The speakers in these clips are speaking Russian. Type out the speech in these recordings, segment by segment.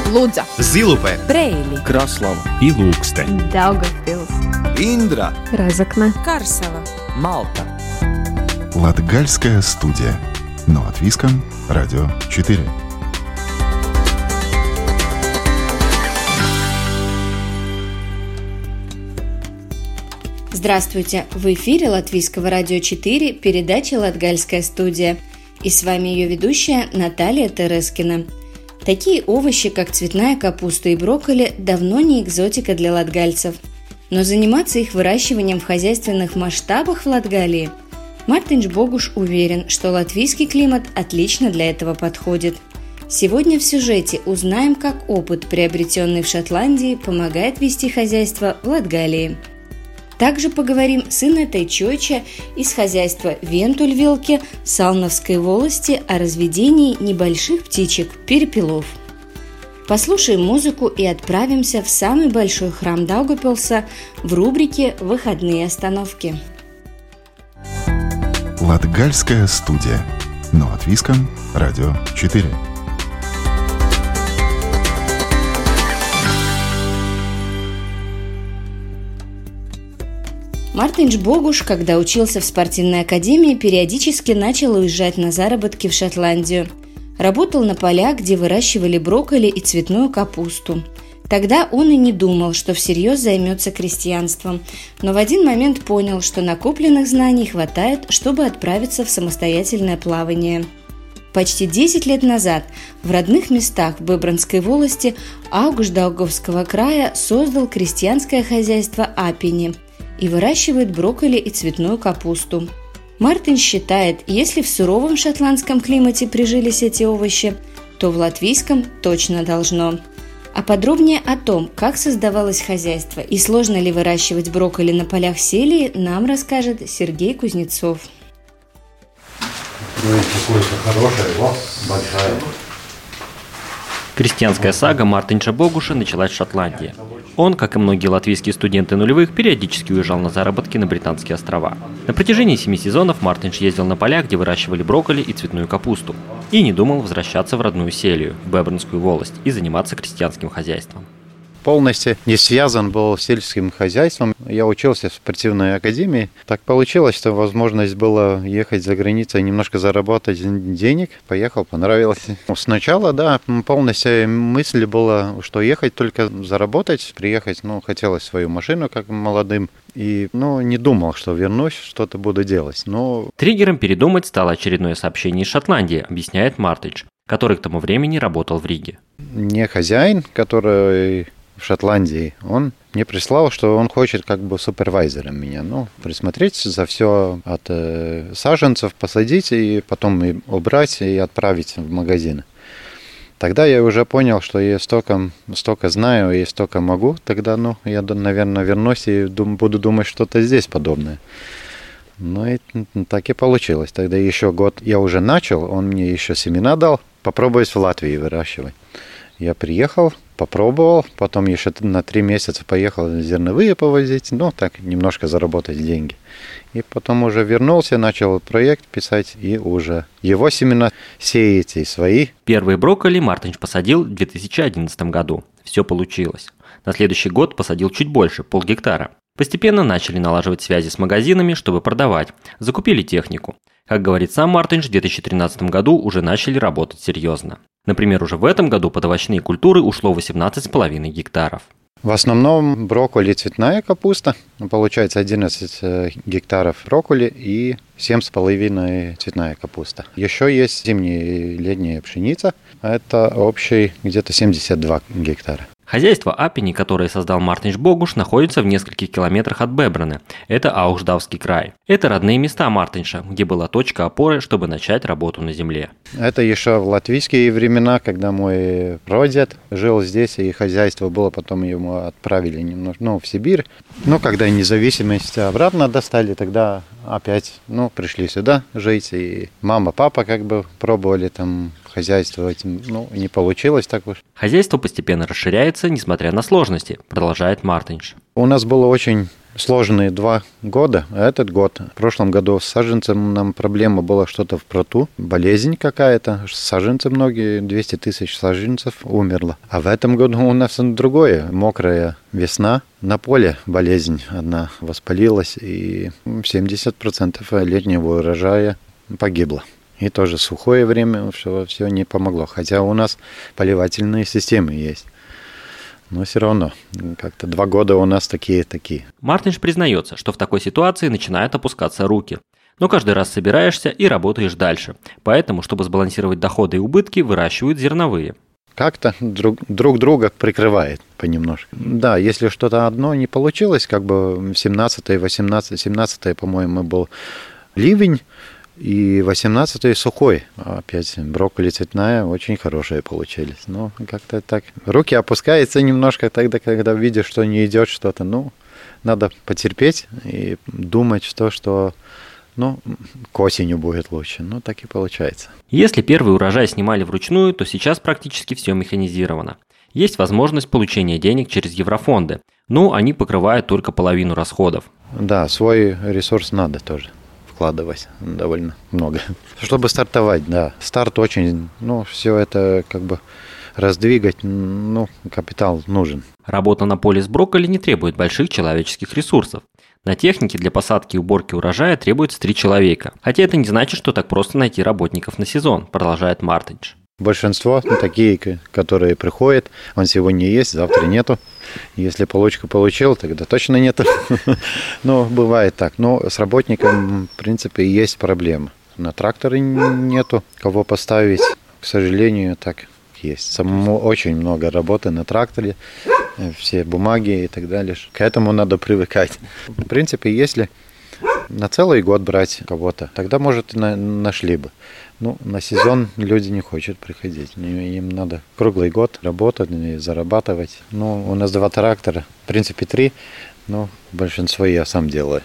Лудза, Зилупе, Брейли, Краслава и Лукстē, Daugavpils, Индра, Разокне, Карсела, Малта. Латгальская студия. Но от Виском, Радио 4. Здравствуйте! В эфире Латвийского радио 4 передача «Латгальская студия». И с вами ее ведущая Наталья Терескина. Такие овощи, как цветная капуста и брокколи, давно не экзотика для латгальцев. Но заниматься их выращиванием в хозяйственных масштабах в Латгалии Мартинш Богуш уверен, что латвийский климат отлично для этого подходит. Сегодня в сюжете узнаем, как опыт, приобретенный в Шотландии, помогает вести хозяйство в Латгалии. Также поговорим с Инетой Чойча из хозяйства Вентульвилке Салновской волости о разведении небольших птичек-перепелов. Послушаем музыку и отправимся в самый большой храм Даугавпилса в рубрике «Выходные остановки». Латгальская студия. Но от Виском, Радио 4. Мартинш Богуш, когда учился в спортивной академии, периодически начал уезжать на заработки в Шотландию. Работал на полях, где выращивали брокколи и цветную капусту. Тогда он и не думал, что всерьез займется крестьянством, но в один момент понял, что накопленных знаний хватает, чтобы отправиться в самостоятельное плавание. Почти 10 лет назад в родных местах в Бебранской волости Аугждауговского края создал крестьянское хозяйство Апини и выращивает брокколи и цветную капусту. Мартин считает, если в суровом шотландском климате прижились эти овощи, то в латвийском точно должно. А подробнее о том, как создавалось хозяйство и сложно ли выращивать брокколи на полях селии, нам расскажет Сергей Кузнецов. Крестьянская сага Мартинша Богуша началась в Шотландии. Он, как и многие латвийские студенты нулевых, периодически уезжал на заработки на Британские острова. На протяжении 7 сезонов Мартинш ездил на поля, где выращивали брокколи и цветную капусту, и не думал возвращаться в родную селию, в Бебранскую волость, и заниматься крестьянским хозяйством. Полностью не связан был с сельским хозяйством. Я учился в спортивной академии. Так получилось, что возможность была ехать за границу и немножко заработать денег. Поехал, понравилось. Сначала, да, полностью мысль была, что ехать только заработать, приехать, хотелось свою машину, как молодым. И, не думал, что вернусь, что-то буду делать. Триггером передумать стало очередное сообщение из Шотландии, объясняет Мартинш, который к тому времени работал в Риге. Не хозяин, который в Шотландии, он мне прислал, что он хочет как бы супервайзером меня, присмотреть за все от саженцев, посадить и потом и убрать и отправить в магазин. Тогда я уже понял, что я столько знаю и столько могу, тогда, я, наверное, вернусь и буду думать что-то здесь подобное. И так и получилось. Тогда еще год я уже начал, он мне еще семена дал, попробовать в Латвии выращивать. Я приехал, попробовал, потом еще на 3 месяца поехал зерновые повозить, так немножко заработать деньги. И потом уже вернулся, начал проект писать и уже его семена сеять и свои. Первые брокколи Мартинш посадил в 2011 году. Все получилось. На следующий год посадил чуть больше, 0,5 гектара. Постепенно начали налаживать связи с магазинами, чтобы продавать. Закупили технику. Как говорит сам Мартинш, в 2013 году уже начали работать серьезно. Например, уже в этом году под овощные культуры ушло 18,5 гектаров. В основном брокколи и цветная капуста. Получается 11 гектаров брокколи и 7,5 цветная капуста. Еще есть зимняя и летняя пшеница. Это общий где-то 72 гектара. Хозяйство Апини, которое создал Мартинш Богуш, находится в нескольких километрах от Бебраны. Это Аугждауский край. Это родные места Мартинша, где была точка опоры, чтобы начать работу на земле. Это еще в латвийские времена, когда мой прадед жил здесь, и хозяйство было, потом его отправили немножко в Сибирь. Когда независимость обратно достали, тогда опять пришли сюда жить. И мама, папа пробовали там хозяйствовать, не получилось так уж. Хозяйство постепенно расширяется, несмотря на сложности, продолжает Мартинш. У нас было очень сложные 2 года, а этот год, в прошлом году с саженцем нам проблема была что-то в проту, болезнь какая-то, саженцы многие, 200 тысяч саженцев умерло. А в этом году у нас другое, мокрая весна, на поле болезнь одна воспалилась, и 70% летнего урожая погибло. И тоже сухое время, все не помогло. Хотя у нас поливательные системы есть. Но все равно, как-то 2 года у нас такие. Мартинш признается, что в такой ситуации начинают опускаться руки. Но каждый раз собираешься и работаешь дальше. Поэтому, чтобы сбалансировать доходы и убытки, выращивают зерновые. Как-то друг друга прикрывает понемножку. Да, если что-то одно не получилось, как бы в 17-й, 17-й, по-моему, был ливень, и 18-й сухой. Опять брокколи цветная, очень хорошие получились. Но как-то так. Руки опускаются немножко тогда, когда видишь, что не идет что-то. Ну, надо потерпеть и думать, что к осени будет лучше. Ну, так и получается. Если первый урожай снимали вручную, то сейчас практически все механизировано. Есть возможность получения денег через еврофонды, но они покрывают только половину расходов. Да, свой ресурс надо тоже вкладывать довольно много. Чтобы стартовать, да. Старт очень, все это как бы раздвигать, капитал нужен. Работа на поле с брокколи не требует больших человеческих ресурсов. На технике для посадки и уборки урожая требуется 3 человека. Хотя это не значит, что так просто найти работников на сезон, продолжает Мартинш. Большинство такие, которые приходят, он сегодня есть, завтра нету. Если получку получил, тогда точно нету. Но бывает так. Но с работником, в принципе, есть проблема. На тракторе нету кого поставить. К сожалению, так есть. Самому очень много работы на тракторе, все бумаги и так далее. К этому надо привыкать. В принципе, если на целый год брать кого-то, тогда, может, и нашли бы. На сезон люди не хотят приходить. Им надо круглый год работать и зарабатывать. У нас 2 трактора, в принципе 3, но большинство я сам делаю.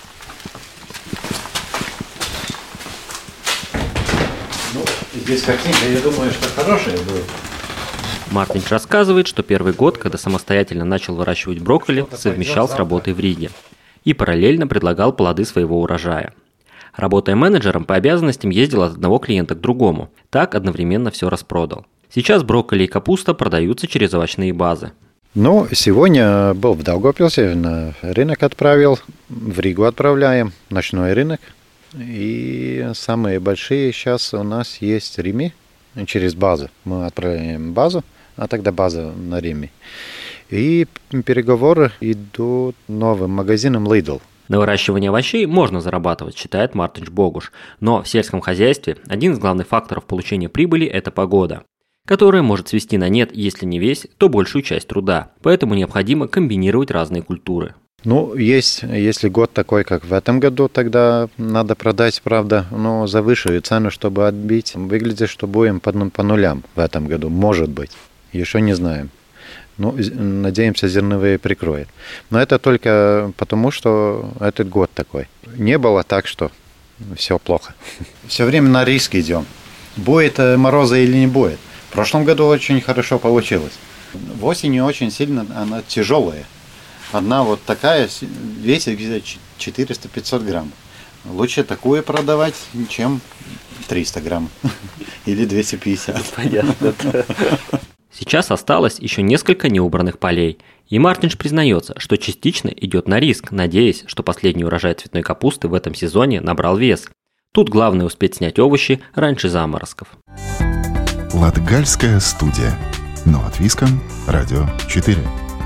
Здесь картинка, я думаю, что хорошая будет. Мартинш рассказывает, что первый год, когда самостоятельно начал выращивать брокколи, совмещал с работой в Риге и параллельно предлагал плоды своего урожая. Работая менеджером, по обязанностям ездил от одного клиента к другому. Так одновременно все распродал. Сейчас брокколи и капуста продаются через овощные базы. Сегодня был в Даугавпилсе, на рынок отправил, в Ригу отправляем, ночной рынок. И самые большие сейчас у нас есть в Риме, через базу. Мы отправляем базу, а тогда база на Риме. И переговоры идут новым магазином Lidl. На выращивании овощей можно зарабатывать, считает Мартинш Богуш, но в сельском хозяйстве один из главных факторов получения прибыли – это погода, которая может свести на нет, если не весь, то большую часть труда. Поэтому необходимо комбинировать разные культуры. Если год такой, как в этом году, тогда надо продать, правда, за высшую цену, чтобы отбить. Выглядит, что будем по нулям в этом году, может быть, еще не знаем. Надеемся, зерновые прикроют. Но это только потому, что этот год такой. Не было так, что все плохо. Все время на риск идем. Будет мороза или не будет. В прошлом году очень хорошо получилось. В осени очень сильно она тяжелая. Одна вот такая весит где-то 400-500 грамм. Лучше такую продавать, чем 300 грамм. Или 250. Понятно. Сейчас осталось еще несколько неубранных полей, и Мартинш признается, что частично идет на риск, надеясь, что последний урожай цветной капусты в этом сезоне набрал вес. Тут главное успеть снять овощи раньше заморозков. Латгальская студия. Но от Виском, Радио 4.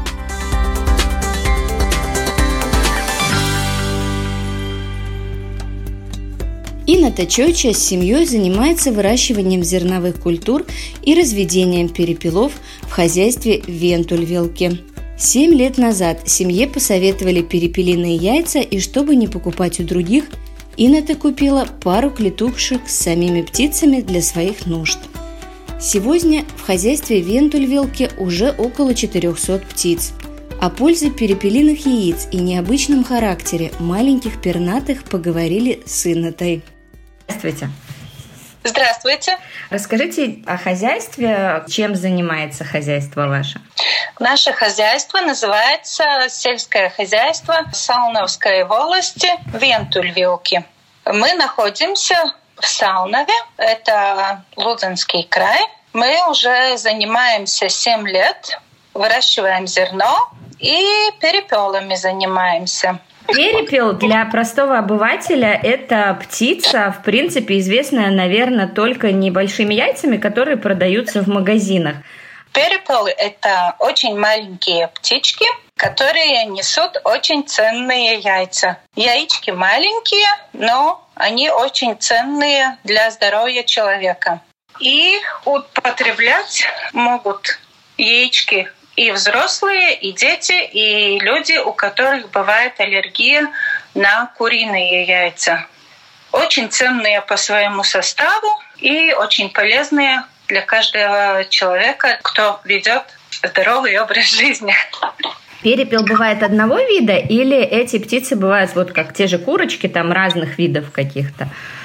Инна Тачойча с семьей занимается выращиванием зерновых культур и разведением перепелов в хозяйстве Вентульвилке. 7 лет назад семье посоветовали перепелиные яйца, и чтобы не покупать у других, Инна купила пару клетушек с самими птицами для своих нужд. Сегодня в хозяйстве Вентульвилке уже около 400 птиц. О пользе перепелиных яиц и необычном характере маленьких пернатых поговорили с Иннатой. Здравствуйте. Здравствуйте. Расскажите о хозяйстве. Чем занимается хозяйство ваше? Наше хозяйство называется сельское хозяйство Салновской волости Вентульвилки. Мы находимся в Салнове, это Лудзенский край. Мы уже занимаемся 7 лет, выращиваем зерно и перепелами занимаемся. Перепел для простого обывателя – это птица, в принципе, известная, наверное, только небольшими яйцами, которые продаются в магазинах. Перепелы – это очень маленькие птички, которые несут очень ценные яйца. Яички маленькие, но они очень ценные для здоровья человека. И употреблять могут яички и взрослые, и дети, и люди, у которых бывает аллергия на куриные яйца. Очень ценные по своему составу и очень полезные для каждого человека, кто ведет здоровый образ жизни. Перепел бывает одного вида или эти птицы бывают вот как те же курочки, там разных видов каких-то?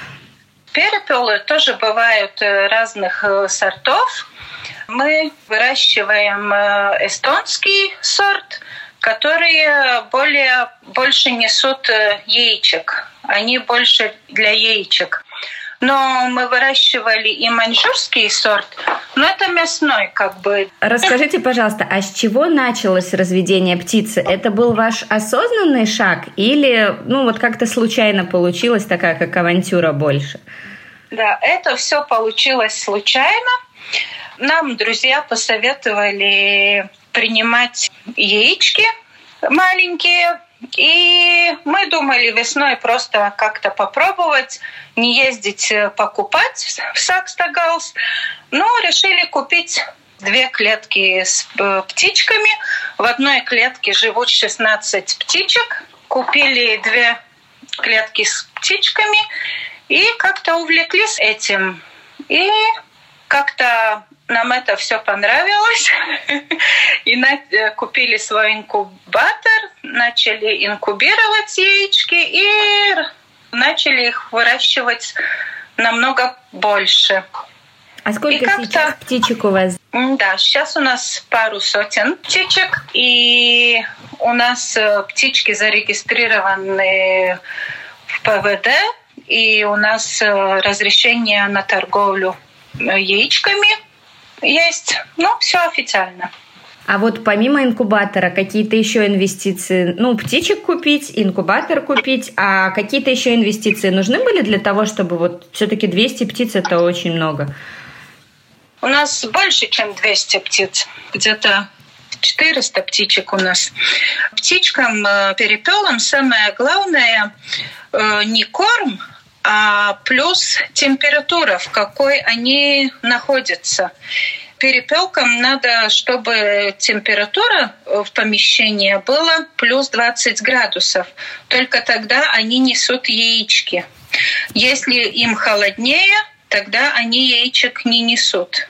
Перепелы тоже бывают разных сортов. Мы выращиваем эстонский сорт, которые больше несут яичек. Они больше для яичек. Но мы выращивали и маньчжурский сорт, но это мясной как бы. Расскажите, пожалуйста, а с чего началось разведение птицы? Это был ваш осознанный шаг или вот как-то случайно получилась такая, как авантюра больше? Да, это все получилось случайно. Нам друзья посоветовали принимать яички маленькие. И мы думали весной просто как-то попробовать, не ездить покупать в Сакстагалс. Но решили купить 2 клетки с птичками. В одной клетке живут 16 птичек. Купили 2 клетки с птичками и как-то увлеклись этим. И как-то нам это все понравилось. И купили свой инкубатор, начали инкубировать яички и начали их выращивать намного больше. А сколько сейчас птичек у вас? Да, сейчас у нас пару сотен птичек. И у нас птички зарегистрированы в ПВД. И у нас разрешение на торговлю яичками есть. Все официально. А вот помимо инкубатора какие-то еще инвестиции? Птичек купить, инкубатор купить, а какие-то еще инвестиции нужны были для того, чтобы все-таки 200 птиц – это очень много? У нас больше, чем 200 птиц. Где-то 400 птичек у нас. Птичкам, перепелам самое главное не корм, а плюс температура, в какой они находятся. Перепелкам надо, чтобы температура в помещении была плюс 20 градусов. Только тогда они несут яички. Если им холоднее, тогда они яичек не несут.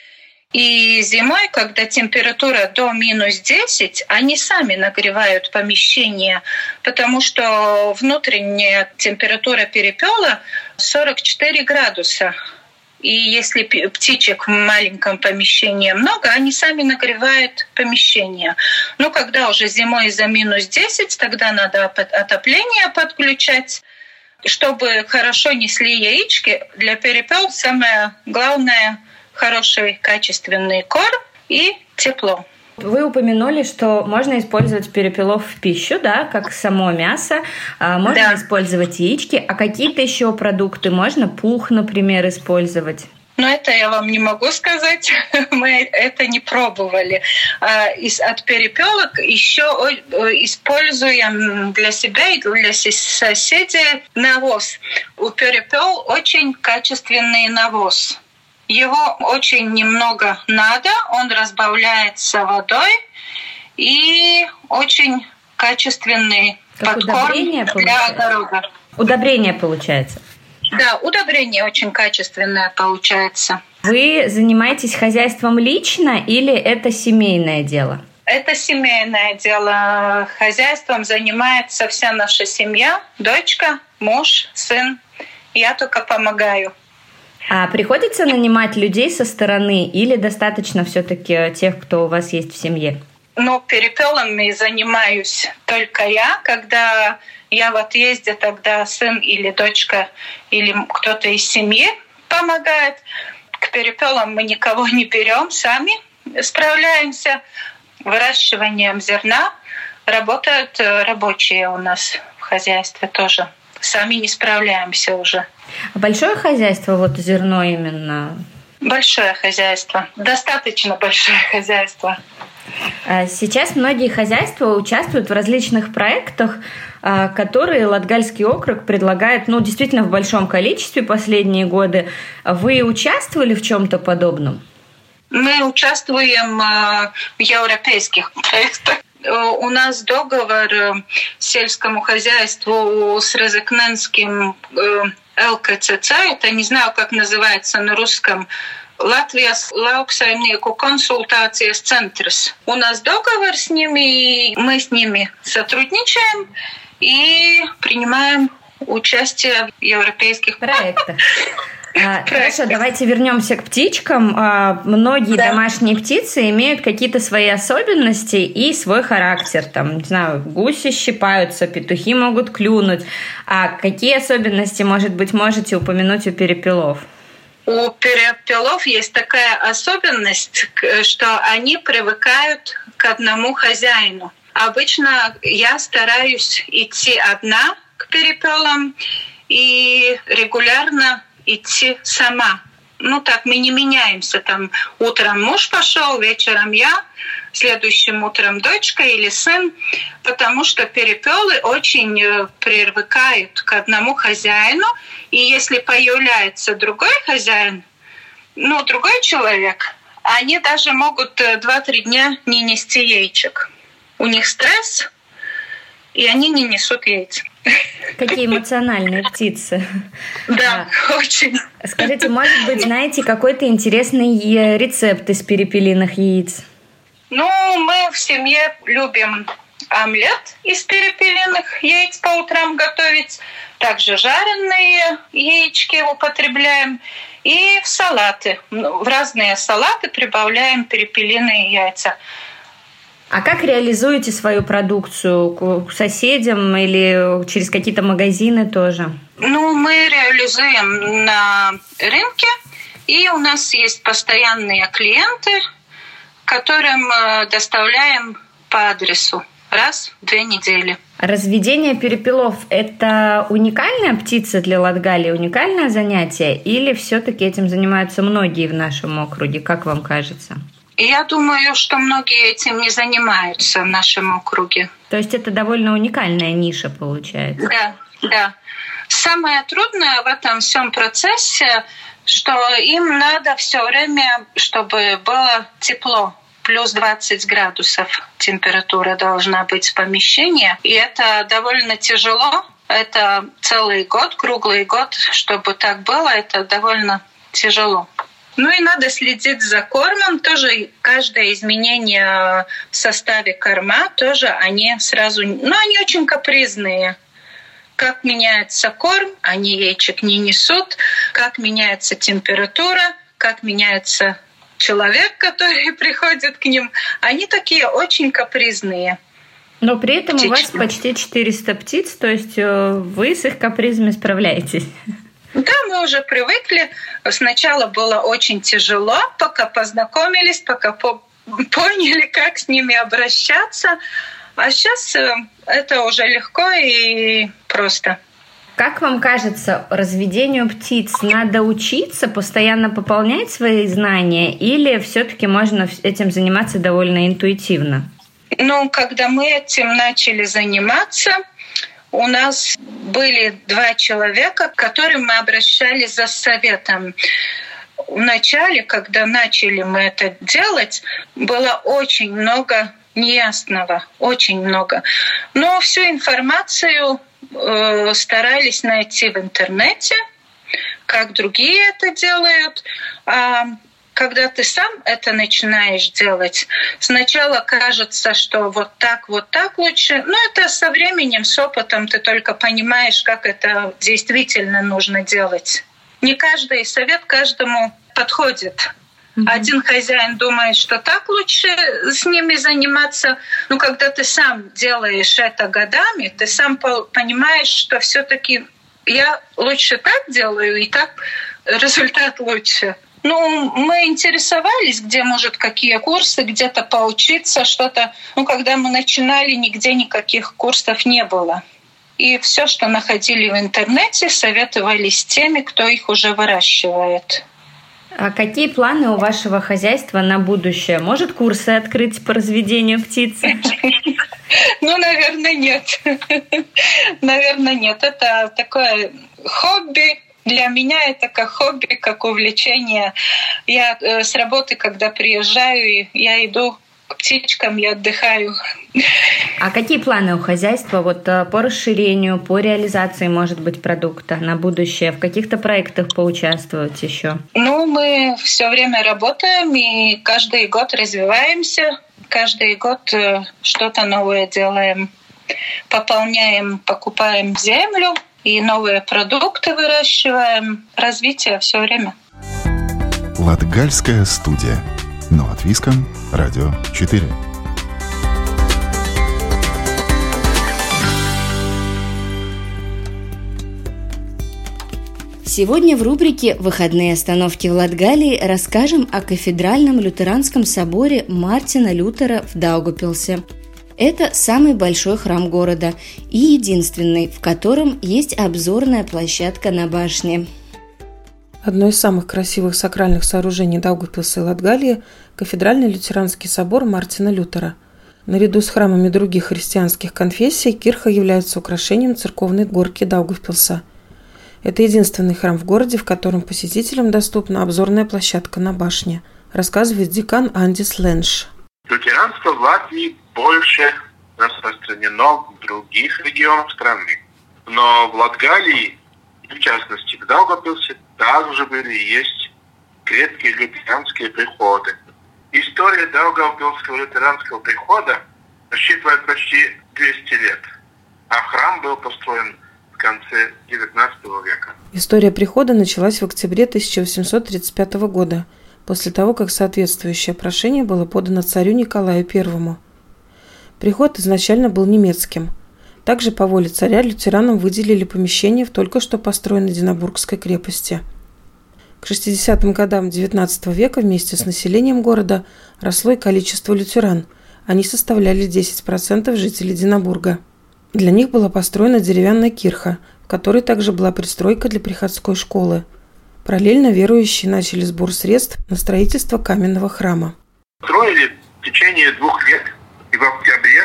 И зимой, когда температура до -10, они сами нагревают помещение, потому что внутренняя температура перепела 44 градуса. И если птичек в маленьком помещении много, они сами нагревают помещение. Когда уже зимой за -10, тогда надо отопление подключать, чтобы хорошо несли яички. Для перепел самое главное – хороший качественный корм и тепло. Вы упомянули, что можно использовать перепелов в пищу, да, как само мясо. Можно использовать яички. А какие-то еще продукты? Можно пух, например, использовать? Это я вам не могу сказать. Мы это не пробовали. От перепелок еще используем для себя и для соседей навоз. У перепел очень качественный навоз. Его очень немного надо, он разбавляется водой и очень качественный подкорм для огорода. Удобрение получается? Да, удобрение очень качественное получается. Вы занимаетесь хозяйством лично или это семейное дело? Это семейное дело. Хозяйством занимается вся наша семья, дочка, муж, сын. Я только помогаю. А приходится нанимать людей со стороны или достаточно все-таки тех, кто у вас есть в семье? Перепелами занимаюсь только я. Когда я в отъезде, тогда сын или дочка, или кто-то из семьи помогает. К перепелам мы никого не берем, сами справляемся. Выращиванием зерна работают рабочие у нас в хозяйстве тоже. Сами не справляемся уже. Большое хозяйство, зерно именно? Большое хозяйство. Достаточно большое хозяйство. Сейчас многие хозяйства участвуют в различных проектах, которые Латгальский округ предлагает, действительно в большом количестве последние годы. Вы участвовали в чем-то подобном? Мы участвуем в европейских проектах. У нас договор сельскому хозяйству с Разыкненским ЛКЦЦ, это не знаю, как называется на русском, Латвijas lauksaimnieku консультацijas центрс. У нас договор с ними, и мы с ними сотрудничаем и принимаем участие в европейских проектах. Хорошо, давайте вернемся к птичкам. Многие домашние птицы имеют какие-то свои особенности и свой характер. Гуси щипаются, петухи могут клюнуть. А какие особенности, может быть, можете упомянуть у перепелов? У перепелов есть такая особенность, что они привыкают к одному хозяину. Обычно я стараюсь идти одна к перепелам и регулярно идти сама. Мы не меняемся. Утром муж пошел, вечером я, следующим утром дочка или сын, потому что перепелы очень привыкают к одному хозяину, и если появляется другой хозяин, другой человек, они даже могут 2-3 дня не нести яичек. У них стресс, и они не несут яиц. Какие эмоциональные птицы. Да, очень. Скажите, может быть, знаете какой-то интересный рецепт из перепелиных яиц? Мы в семье любим омлет из перепелиных яиц по утрам готовить. Также жареные яички употребляем. И в салаты. В разные салаты прибавляем перепелиные яйца. А как реализуете свою продукцию? К соседям или через какие-то магазины тоже? Мы реализуем на рынке, и у нас есть постоянные клиенты, которым доставляем по адресу раз в 2 недели. Разведение перепелов – это уникальная птица для Латгалии, уникальное занятие? Или все-таки этим занимаются многие в нашем округе? Как вам кажется? Я думаю, что многие этим не занимаются в нашем округе. То есть это довольно уникальная ниша получается? Да. Самое трудное в этом всем процессе, что им надо все время, чтобы было тепло. Плюс 20 градусов температура должна быть в помещении. И это довольно тяжело. Это целый год, круглый год, чтобы так было, это довольно тяжело. И надо следить за кормом. Тоже каждое изменение в составе корма, тоже они сразу... они очень капризные. Как меняется корм, они яичек не несут. Как меняется температура, как меняется человек, который приходит к ним. Они такие очень капризные. Но при этом птички. У вас почти 400 птиц, то есть вы с их капризами справляетесь. Да, мы уже привыкли. Сначала было очень тяжело, пока познакомились, пока поняли, как с ними обращаться. А сейчас это уже легко и просто. Как вам кажется, разведению птиц надо учиться, постоянно пополнять свои знания, или все-таки можно этим заниматься довольно интуитивно? Когда мы этим начали заниматься, у нас были 2 человека, к которым мы обращались за советом. В начале, когда начали мы это делать, было очень много неясного, очень много. Но всю информацию старались найти в интернете, как другие это делают. Когда ты сам это начинаешь делать, сначала кажется, что вот так лучше. Но это со временем, с опытом ты только понимаешь, как это действительно нужно делать. не каждый совет каждому подходит. Один хозяин думает, что так лучше с ними заниматься. Но когда ты сам делаешь это годами, ты сам понимаешь, что все-таки я лучше так делаю, и так результат лучше. Мы интересовались, где, может, какие курсы, где-то поучиться, что-то. Когда мы начинали, нигде никаких курсов не было. И все, что находили в интернете, советовались с теми, кто их уже выращивает. А какие планы у вашего хозяйства на будущее? Может, курсы открыть по разведению птицы? Наверное, нет. Наверное, нет. Это такое хобби. Для меня это как хобби, как увлечение. Я с работы, когда приезжаю, я иду к птичкам, я отдыхаю. А какие планы у хозяйства по расширению, по реализации, может быть, продукта на будущее? В каких-то проектах поучаствовать еще? Мы все время работаем и каждый год развиваемся. Каждый год что-то новое делаем. Пополняем, покупаем землю и новые продукты выращиваем. Развитие все время. Латгальская студия. Но от Виском. Радио 4. Сегодня в рубрике «Выходные остановки в Латгалии» расскажем о кафедральном лютеранском соборе Мартина Лютера в Даугавпилсе. Это самый большой храм города и единственный, в котором есть обзорная площадка на башне. Одно из самых красивых сакральных сооружений Даугавпилса и Латгалии – кафедральный лютеранский собор Мартина Лютера. Наряду с храмами других христианских конфессий кирха является украшением церковной горки Даугавпилса. Это единственный храм в городе, в котором посетителям доступна обзорная площадка на башне, рассказывает декан Андис Ленш. Лютеранство в Латвии больше распространено в других регионах страны. Но в Латгалии, в частности в Даугавпилсе, также были и есть крепкие лютеранские приходы. История Даугавпилского лютеранского прихода насчитывает почти 200 лет, а храм был построен в конце XIX века. История прихода началась в октябре 1835 года, после того, как соответствующее прошение было подано царю Николаю I. Приход изначально был немецким. Также по воле царя лютеранам выделили помещение в только что построенной Динабургской крепости. К 60-м годам XIX века вместе с населением города росло и количество лютеран. Они составляли 10% жителей Динабурга. Для них была построена деревянная кирха, в которой также была пристройка для приходской школы. Параллельно верующие начали сбор средств на строительство каменного храма. Строили в течение 2 лет и в октябре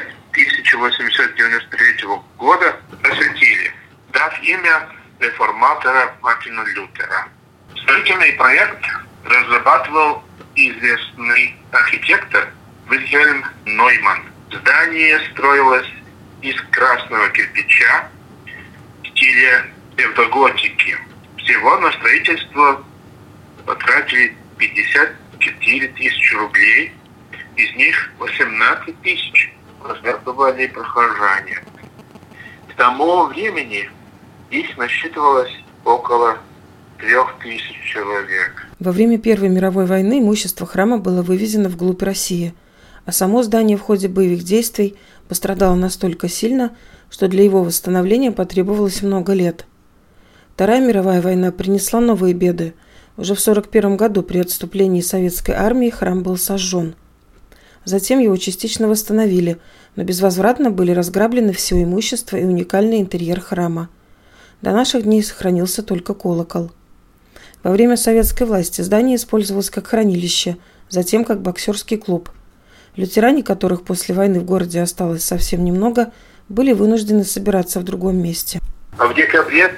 1893 года посвятили, дав имя реформатора Мартина Лютера. Строительный проект разрабатывал известный архитектор Вильгельм Нойман. Здание строилось из красного кирпича в стиле псевдоготики. Всего на строительство потратили 54 тысячи рублей, из них 18 тысяч пожертвовали прихожане. К тому времени их насчитывалось около 3000 человек. Во время Первой мировой войны имущество храма было вывезено вглубь России, а само здание в ходе боевых действий пострадало настолько сильно, что для его восстановления потребовалось много лет. Вторая мировая война принесла новые беды. Уже в 1941 году при отступлении советской армии храм был сожжен. Затем его частично восстановили, но безвозвратно были разграблены все имущество и уникальный интерьер храма. До наших дней сохранился только колокол. Во время советской власти здание использовалось как хранилище, затем как боксерский клуб. Лютеране, которых после войны в городе осталось совсем немного, были вынуждены собираться в другом месте. А в декабре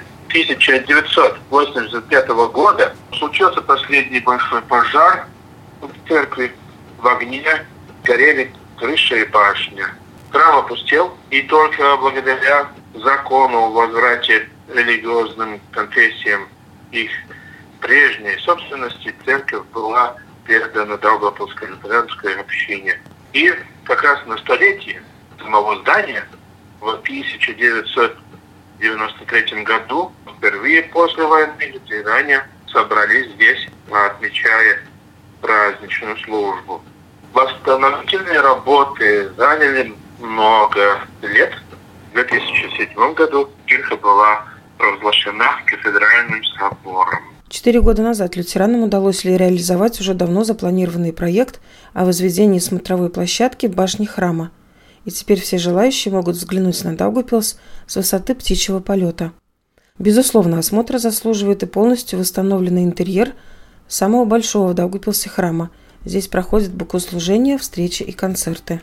1985 года случился последний большой пожар в церкви. В огне горели крыша и башня. Храм опустел, и только благодаря закону о возврате религиозным конфессиям их прежней собственности церковь была передана Даугавпилской лютеранской общине. И как раз на столетие самого здания в 1990 в 1993 году, впервые после войны, ветеране собрались здесь, отмечая праздничную службу. Восстановительные работы заняли много лет. В 2007 году кирха была провозглашена кафедральным собором. 4 года назад лютеранам удалось реализовать уже давно запланированный проект о возведении смотровой площадки в башне храма. И теперь все желающие могут взглянуть на Даугавпилс с высоты птичьего полета. Безусловно, осмотра заслуживает и полностью восстановленный интерьер самого большого в Даугавпилсе храма. Здесь проходят богослужения, встречи и концерты.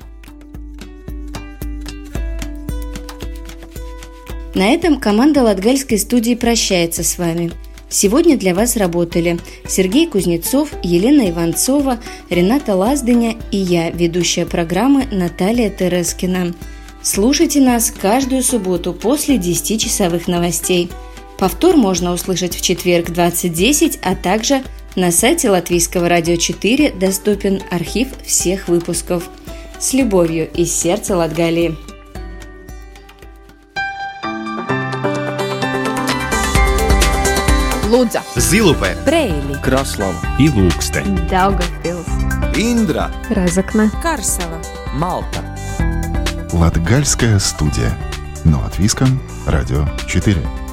На этом команда Латгальской студии прощается с вами. Сегодня для вас работали Сергей Кузнецов, Елена Иванцова, Рената Лаздыня и я, ведущая программы Наталья Терескина. Слушайте нас каждую субботу после 10-часовых новостей. Повтор можно услышать в четверг 20:10, а также на сайте Латвийского радио 4 доступен архив всех выпусков. С любовью из сердца Латгалии. Лудза, Зилупе, Брейли, Краслава и Лукстен, Даугавпилс, Индра, Разокна, Карсела, Малта. Латгальская студия. Но от Виском, Радио 4.